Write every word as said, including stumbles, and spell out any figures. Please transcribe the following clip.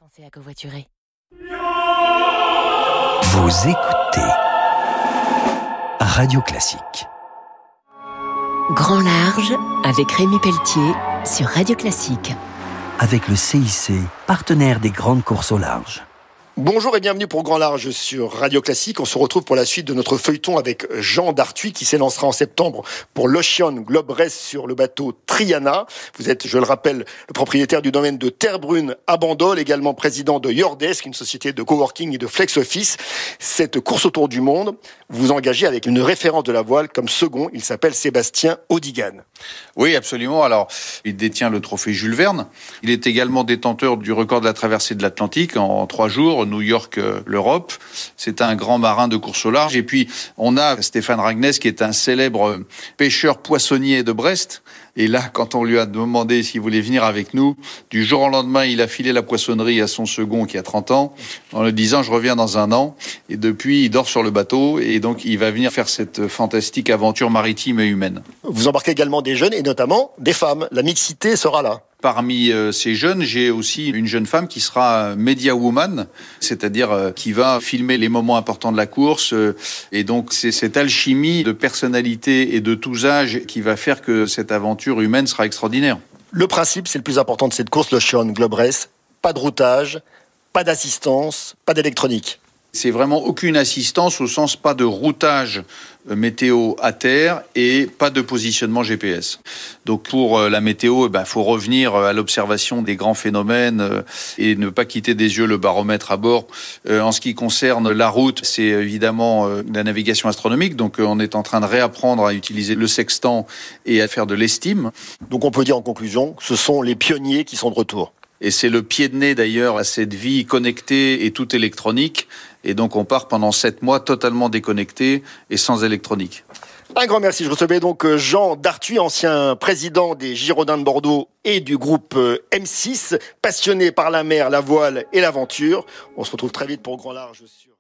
Pensez à covoiturer. Vous écoutez Radio Classique. Grand Large avec Rémi Pelletier sur Radio Classique. Avec le C I C, partenaire des grandes courses au large. Bonjour et bienvenue pour Grand Large sur Radio Classique. On se retrouve pour la suite de notre feuilleton avec Jean Darthuis qui s'élancera en septembre pour l'Ocean Globe Race sur le bateau Triana. Vous êtes, je le rappelle, le propriétaire du domaine de Terre-Brune à Bandol, également président de Yourdesk, une société de coworking et de flex office. Cette course autour du monde, vous vous engagez avec une référence de la voile comme second. Il s'appelle Sébastien Audigan. Oui, absolument. Alors, il détient le trophée Jules Verne. Il est également détenteur du record de la traversée de l'Atlantique en trois jours. New York, euh, l'Europe. C'est un grand marin de course au large. Et puis, on a Stéphane Ragnès, qui est un célèbre pêcheur poissonnier de Brest. Et là, quand on lui a demandé s'il voulait venir avec nous, du jour au lendemain, il a filé la poissonnerie à son second qui a trente ans, en lui disant « je reviens dans un an ». Et depuis, il dort sur le bateau. Et donc, il va venir faire cette fantastique aventure maritime et humaine. Vous embarquez également des jeunes et notamment des femmes. La mixité sera là. Parmi euh, ces jeunes, j'ai aussi une jeune femme qui sera media woman, c'est-à-dire euh, qui va filmer les moments importants de la course. Euh, et donc, c'est cette alchimie de personnalité et de tous âges qui va faire que cette aventure humaine sera extraordinaire. Le principe, c'est le plus important de cette course, l'Ocean Globe Race. Pas de routage, pas d'assistance, pas d'électronique. C'est vraiment aucune assistance au sens pas de routage météo à terre et pas de positionnement G P S. Donc pour la météo, il ben, faut revenir à l'observation des grands phénomènes et ne pas quitter des yeux le baromètre à bord. En ce qui concerne la route, c'est évidemment la navigation astronomique. Donc on est en train de réapprendre à utiliser le sextant et à faire de l'estime. Donc on peut dire en conclusion que ce sont les pionniers qui sont de retour. Et c'est le pied de nez d'ailleurs à cette vie connectée et toute électronique. Et donc on part pendant sept mois totalement déconnecté et sans électronique. Un grand merci. Je recevais donc Jean Darthuis, ancien président des Girondins de Bordeaux et du groupe M six, passionné par la mer, la voile et l'aventure. On se retrouve très vite pour Grand Large sur